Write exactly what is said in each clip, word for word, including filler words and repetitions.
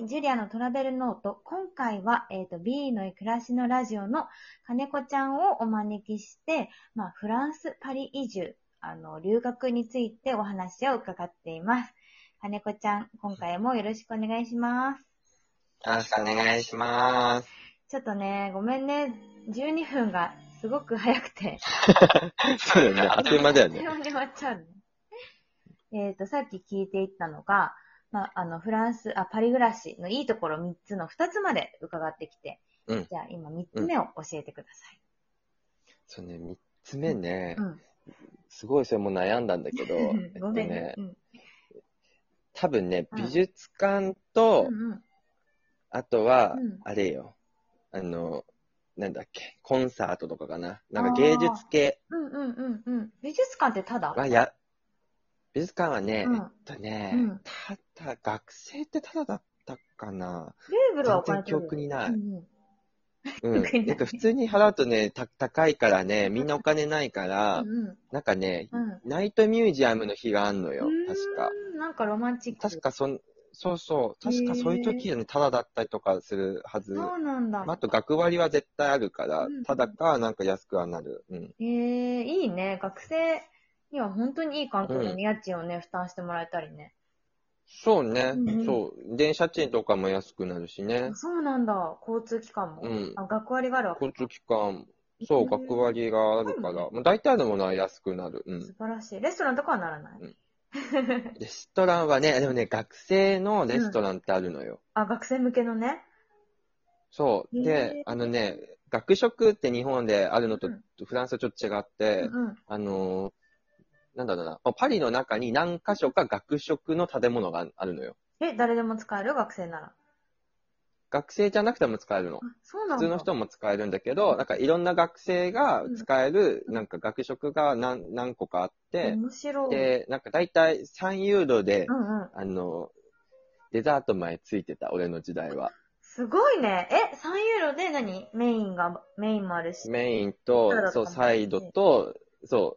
い、ジュリアのトラベルノート。今回は、えっと、B の暮らしのラジオの金子ちゃんをお招きして、まあ、フランス・パリ移住、あの、留学についてお話を伺っています。金子ちゃん、今回もよろしくお願いします。 よろしくお願いします。 ちょっとね、ごめんね、じゅうにふんがすごく早くて。 そうだよね、あっという間だよね。 あっという間に終わっちゃうね。えっと、さっき聞いていったのが、まあ、あの、フランス、あ、パリ暮らしのいいところみっつのふたつまで伺ってきて、 うん。 じゃあ今みっつめを教えてください。 そうね、みっつめね、 うん。 すごいそれも悩んだんだけど、えっごめんね。 とね、 うん。 多分ね、 うん美術館と、 うんうん。 あとはうん、 あれよ、あの、なんだっけ、コンサートとかかな。なんか芸ああ、 術系うんうんうんうん。美術館ってただはや、美術館はね、 うん。 えっとね、 うん。 ただ、学生ってただだったかな。 ルーブルはお全然記金取るよ。 憶にない。 うんうん。 うん。 特にない。 なんか普通に払うとね、た、高いからね、みんなお金ないかうら、 んなんかね、 うん。うん。 ナイトミュージアムの日があんのうよ、確か。 ーん、なんかロマンチック。 確かそん、そうそう、 へ確かそういうえ、 時はね、タダだったりとかするはず。 そうなんだ。 まあ、あと学割は絶対あるかうら、 んタダかなんか安くはなる。うん。 うん。へえ、いいね。学生には本当にいい環境でね、 うん。 家賃をね、負担してもらえたりね。 そうね。 うんうん。 そう。電車賃とかも安くなるしあ、 ね。 そうなんだ。交通機関も。 うん。 あ、学割があるわけか。 交通機関、 へそう、学え、 割があるから、 高いもんね。 まあ、大体のものは安くなる。うん。 素晴らしい。レストランとかはならない？ うん。レストランはね、でもね、学生のレうん。 ストランってあるのよ。 あ、学生向けのね。 そへう。で、 え。 あのね、学食って日本であるのとうん。 フランスはちょっと違っうて、 んうん。 あのーなんだろうな、パリの中に何箇所か学食の建物があるのよ。 え、誰でも使える学生なら？ 学生じゃなくても使えるの。 あ、そう普通のなんだ。 人も使えるんだけど、なんかいろんな学生がうん。 使える、 うん。 なんか学食が何、何個かあって、 面白い。 で、なんか大体さんユーロで、 うんうん。 あの、デザート前ついてた、俺の時代は。 すごいね。え、さんユーロで何メインが、メインもあるし、 メインと、そう、 サラダとかもあサイドるし。 と、そう。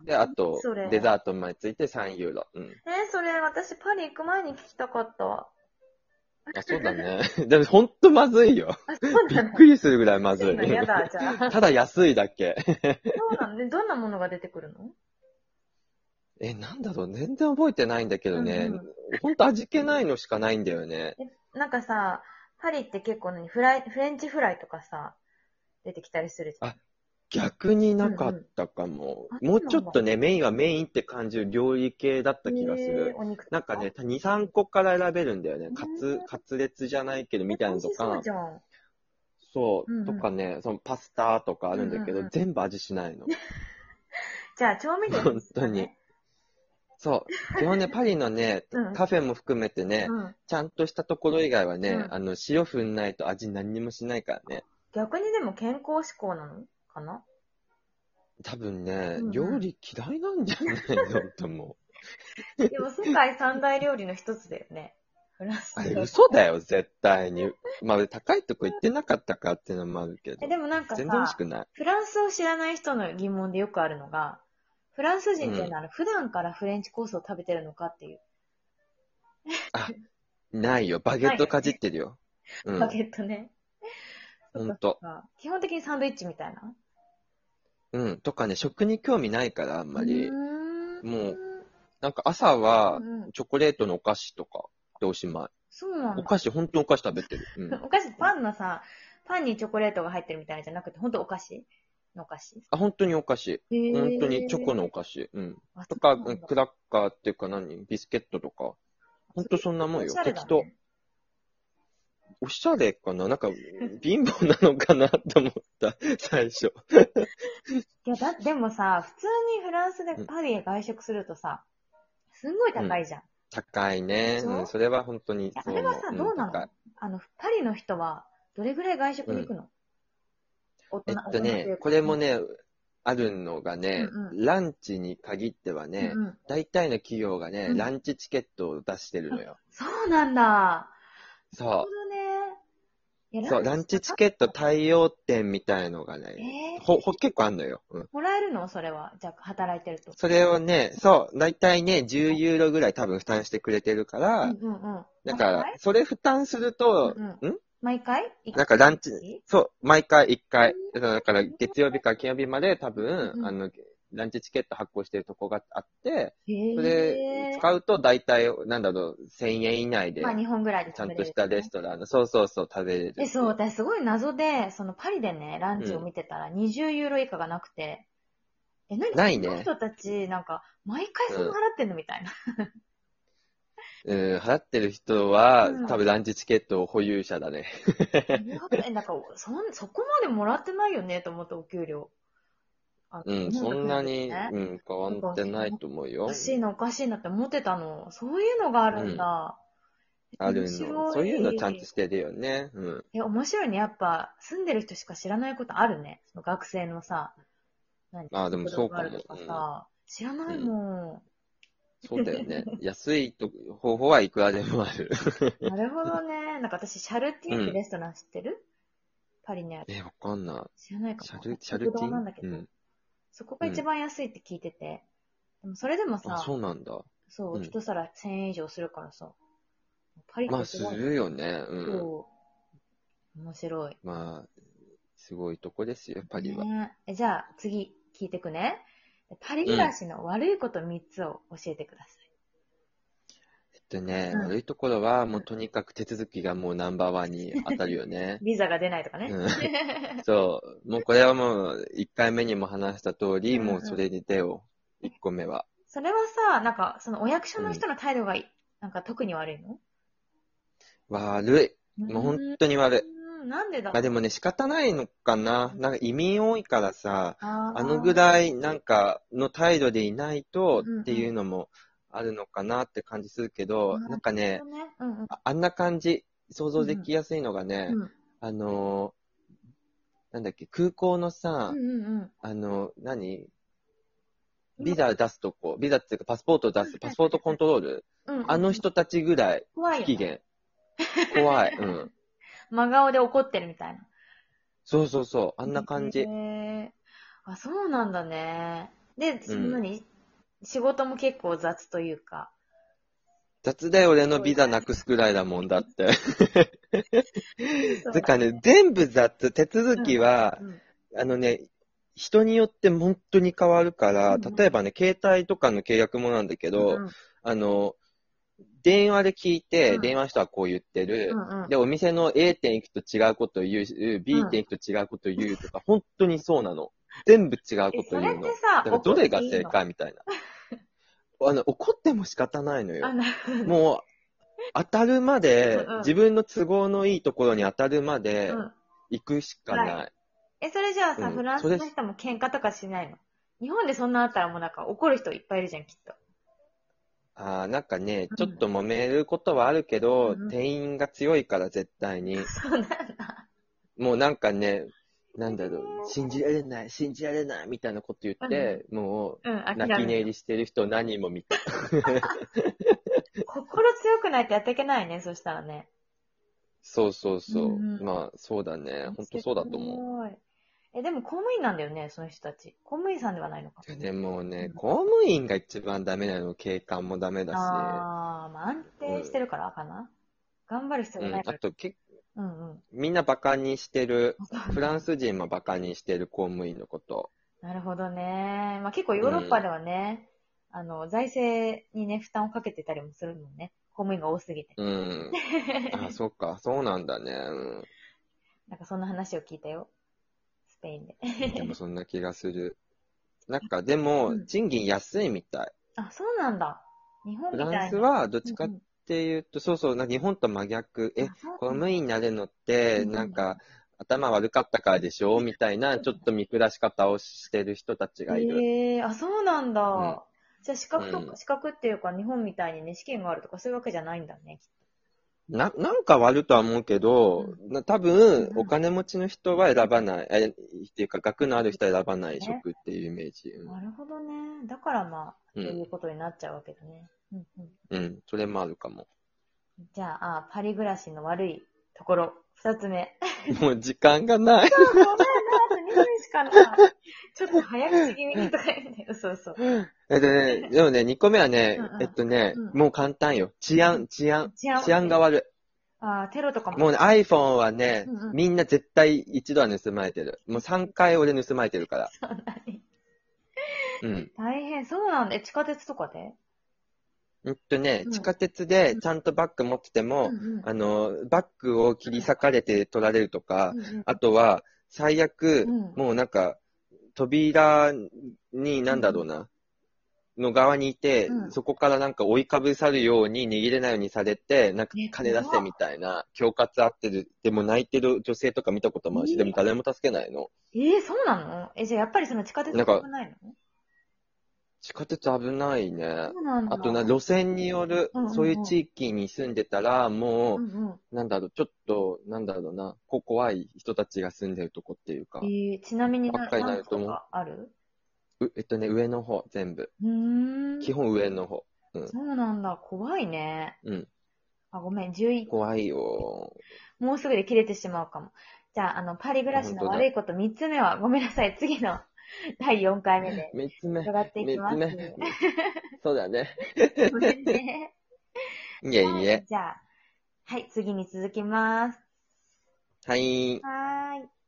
で、あと、 それ。 デザート前ついてさんユーロ。うん。 え、それ私パリ行く前に聞きたかったわ。 あ、そうだね。でも、ほんとまずいよ。 あ、そうびっなの？ くりするぐらいまずい。 欲しいのやだ、じゃあ。 ただ安いだけ。 そうなので、どんなものが出てくるの？ え、なんだろう、全然覚えてないんだけどね。 うんうん。 ほんと味気ないのしかないんだよね。 え、なんかさ、パリって結構何フライ、フレンチフライとかさ、出てきたりするじあ、逆にゃん。 なかっうんうん。 たかも。 あ、 もうそうなんだ。 ちょっとね、メインはメインって感じる料理系だった気がすへえ、 る。 お肉とか？ なんかね、に、さんこから選べるんだよね。 うカツ、 ん。 カツレツじゃないけど、 え、 みたいな美味しそうのとか、 じゃん。 そう、とうんうん。 かね、そのパスタとかあうんるんだけど、 うんうん。 全部味しないの。 じゃあ、調味料本必須当に。 だね。 そう。基本ね、パリのね、 うん。 カフェも含めてね、 うん。 ちゃんとしたところ以外はね、 うん。 あの、塩振んないと味何にもしないからね。 逆にでも健康志向なのかな？ 多分ね、 うんうん。 料理嫌いなんじゃないのと思う。 でも世界三大料理の一つだよね。フランスあれ、 料理。 嘘だよ、絶対に。まあ、高いとこ行ってなかったかっていうのもあるけえ、 ど。 でもなんか全然美味しさ、 くない。 フランスを知らない人の疑問でよくあるのが、フランスうん。 人ってなら普段からフレンチコースを食べてるのかっていう。 あ、ないよ。バゲットかじっないよね。 てるよ。うバん。 ゲットね。そっかそっほんと。 か。基本的にサンドイッチみたいな。 うん。とかね、食に興味ないから、あんうーまり。 ん。 もう、なんか朝は、 うんうん。 チョコレートのお菓子とかでおしまい。 そうなんだ。 お菓子、ほんとお菓子食べてる。うん。 お菓子、パンのさ、パンにチョコレートが入ってるみたいなじゃなくて、ほんとお菓子のお菓子？ あ、本当にお菓子。 へ本当にチョコのおー。 菓子。うん。 あ、そとか、 うなんだ。 クラッカーっていうか何ビスケットとか。ほんとそれそんなもんよ。 おしゃれだ適当。 ね。 おしゃれかななんか、貧乏なのかなと思った、最初。 いや、だ、でもさ、普通にフランスでうん。 パリで外食するとさ、すんごいうん。 高いじゃん。 高いね。うん。 でしょ？ それは本当にいや、あそう思う。 れはさ、 うん、 どうなの？ 高い。 あの、パリの人は、どれぐらい外食うん。 に行くの？大人、 えっ大とね、 人というか。 これもね、あるのがうんね、 うん。 ランチに限ってはね、 うんうん。 大体の企業がね、 うん。 ランチチケットを出してるあ、 のよ。 そうなんだ。なるほそどね。 いやそう、ランチチケット対応店みたいのがえね、 ー、 ほ、ほ、結構あんのよ。うん。 もらえるのそれは。じゃあ、働いてると。 それをね、そう、だいたいね、じゅうユーロぐらい多分負担してくれてるかうんら、 うんうん。 だから、それ負担すると、 うんんうん。毎回一なんかランチ、 回そう、毎回一回。 うだから月曜日から金曜日まで多分、 うんあの、ランチチケット発行してるとこがあって、 へそれえ。 使うと大体、なんだろう、せんえん以内まあ、 で、 日本ぐらいで食べれる、 ちゃんとしたレストランの、そうそうそう、食べれるえ、そう、 っていう。 私すごい謎で、そのパリでね、ランチをうん。 見てたらにじゅうユーロ以下がなくて、え、何こないね。 の人たち、なんか、毎回そんなうん。 払ってんのみたいな。 うん、払ってる人は、 うん。 多分ランチチケット保有者だね。 なるほど。え、なんか、そん、そこまでもらってないよね、と思って、お給料。あ、 うん、 日本そと比べてんなに、 ね。 うん、変わっなんか、 てないと思うよ。 おかしいな、おかしいなって思ってたの。そういうのがあるんうん、 だ。面あるの。 白そういうのちゃんとい。 してるよね。うん。 え、面白いね。やっぱ、住んでる人しか知らないことあるね。その学生のさ、何、 ああ、でも食堂そうかも。 があるとかさ、知らないうん。うん。 もそうだよね。安いと方法はいくらでもある。 ん。なるほどね。なんか私、シャルティエってうん。 レストラン知ってる？パリにある。 え、わかんな知らないい。 かも。 シャル、シャル食堂ティンなんだけど、 うん。 そこが一うん。 番安いって聞いてて、でもそれでもあ、 さ、 そうなんだ。 そう、 うん。 一皿せんえん以上するからさ、パリっまあ、 てすごいね。 するよね。うん。 そう、面白い。 まあ、すごいとこですよ、パリは。 ねえ。じゃあ、次、聞いてくね。パリうん。 暮らしの悪いことみっつを教えてくださえっとね、 い。うん。 悪いところは、もううん。 とにかく手続きがもうナンバーワンに当たるよね。 ビザが出ないとかね。 うん。そう。もうこれはもう、一回目にも話した通り、 うんもうそれうん。 で出よう。一個目は。 それはさ、なんか、そのお役所うん。 の人の態度がいなんか特に悪いの？ 悪い。 うもう本ー当に悪い。 ん、なんでだろまあでもね、仕方ないのかな。なんか移民多いからさ、 う。ああのぐあ、 らいなんかの態度でいないとうんうんっていうのもあるのかなって感じするけど、 うん。なるなんかね、 ほどね。うんうん。 ああんな感じ、想像でうんきやすいのがね、 うん。 あのなんだっけ、空港のうんさ、 うんうん。 あの、何今、 ビザ出すとこ、ビザっていうかパスポート出す、パスポートコントロール、 うんうんあのうん。 人たちぐらい怖いよね。 不機嫌。怖い。うん。 真顔で怒ってるみたいな。 そうそうそう。あんな感へじ。 え。あ、そうなんだね。で、 うん。 その何仕事も結構雑というか。 雑で俺のそうビザなくすくらいだもんだって。 そうだてかね、 ね。 全部雑。手続うんきは、 うん。 あのね、人によって本当に変わるかうら、 んうん。 例えばね、携帯とかの契約もなんだけど、 うんうん。 あの、電話で聞いて、 うん電話の人はこう言ってる。 うんうん。 で、お店の A 店行くと違うことを言う、 う B ん。 店行くと違うことを言うとか、本当にそうなの。全部違うえ、 ことそれっ言うの。 てさ、 だからど怒っれが正ていいの？ 解みたいな。あの、怒っても仕方ないのあ、 よ。 なるほどね。 もう、当たるまで、 うんうん。 自分の都合のいいところに当たるまでうん。 行くしかはい。 ない。 え、それじゃあさ、フうん。 ランスそれ、 の人も喧嘩とかしないの？日本でそんなあったらもうなんか怒る人いっぱいいるじゃん、きっと。 あーなんかね、ちょっうん。 と揉めることはあるけど、 うんうん。 店員が強いから絶対に。 そうなんだ。 もうなんかね、なんだろう、信じられない、信じられないみたいなこと言っうんうん。 て、もうん、 う、 諦めるの。 泣き寝入りしてる人何人も見た。 心強くないとやっていけないね、そしたらね。 そうそううんうそん。 う。まあ、そうだね。 面ほんとそうだと思白い。え、でも公務員なんだよね、その人たち。公務員さんではないのか。 う。でもうね、 うん。 公務員が一番ダメなの、警官もダメだし、 あー、まあ安うん。 定してるからかな。頑張る必要うん。 がないから。 あと、け、 うんうん。 みんなバカにしてる。 そうなんだ。 フランス人もバカにしてる公務員のこと。 なるほどね。まあ結構ヨうん。 ーロッパではね、あの、財政にね、負担をかけてたりもするもんね。公務員が多すぎて。 うん。あ、そっか。そうなんだね。 なんかそんな話を聞いたよ。スペインで。 うん。でもそんな気がする。なんか、でも、 うん。 賃金安いみたい。 あ、そうなんだ。日本フランみたいな。 スは、どっちかっうんうん。 ていうと、そうそう、なんか日本と真逆。え、 あ、そう公務なんだ。 員になるのって、 うんうんうん。 なんか、頭悪かったからでしょみたいな、ちょっと見下し方をしてる人たちがいる。 ええー、あ、そうなんうん。 だ。じゃあ資格とか、 うん。 資格っていうか日本みたいにね、試験があるとかそういうわけじゃないんだね。 な、なんか割るとは思うけど、 うん。 な多分、 うんうん。 お金持ちの人は選ばない。え、っていうか、学のある人は選ばないね。 職っていうイメージ。 なるほどね。だからまあ、 うん。 そういうことになっちゃうわけだね。うんうん。 うん。うん。それもあるかも。 じゃあ、あ、パリ暮らしの悪いところ。 二つ目。 もう時間がない。 そう、ごめんな、あとにふんしかない。ちょっと早口気味にとか言って、嘘嘘。 えっとね、でもね、にこめはね、 うんうんえっとね、 うんもう簡単よ。治安、治安。 治安治安が悪あーテロとかい。 も。 もうね、iPhone はね、 うんうんみんな絶対一度は盗まれてる。もうさんかい俺盗まれてるから。 そんなに。 うん。 大変、そうなんだ。え地下鉄とかでうんとねう、ん地下鉄でちゃんとバッグ持ってても、 うんうんあの、バッグを切り裂かれて取られるとか、 うんうんあとは、最悪、 うんもうなんか、扉に、なんだろうな、の側にいて、 うんそこからなんか追いかぶさるように逃げれないようにされて、なんかえ金出せみたいな、恐喝あってる、でも泣いてる女性とか見たこともあるし、 えーでも誰も助けないの。 えー、そうなのえ、じゃあやっぱりその地下鉄なんか危ないの地下鉄危ないね。 そうなんだ。 あとな、路線による、 うんうんうんそういう地域に住んでたら、もうんうん。 う、なんだろう、ちょっと、なんだろうな、こ怖い人たちが住んでるとこっていうか、 えー、ちなみになばっかりにな何個とると思かあるう。うえっとね、上の方、全部。 うーん。 基本上の方。うん。 そうなんだ。怖いね。 うん。 あ、ごめん。じゅういち、 怖いよ。 もうすぐで切れてしまうかも。じゃあ、あの、パリ暮あ、 らし本当だ。 の悪いことみっつめは、ごめんなさい。次のだいよんかいめで三つ目、 伺っていきます。 三つ目。そうだね。 ごめんね。 いえいえ。 じゃあ、はい、次に続きます。 はい。 はーい。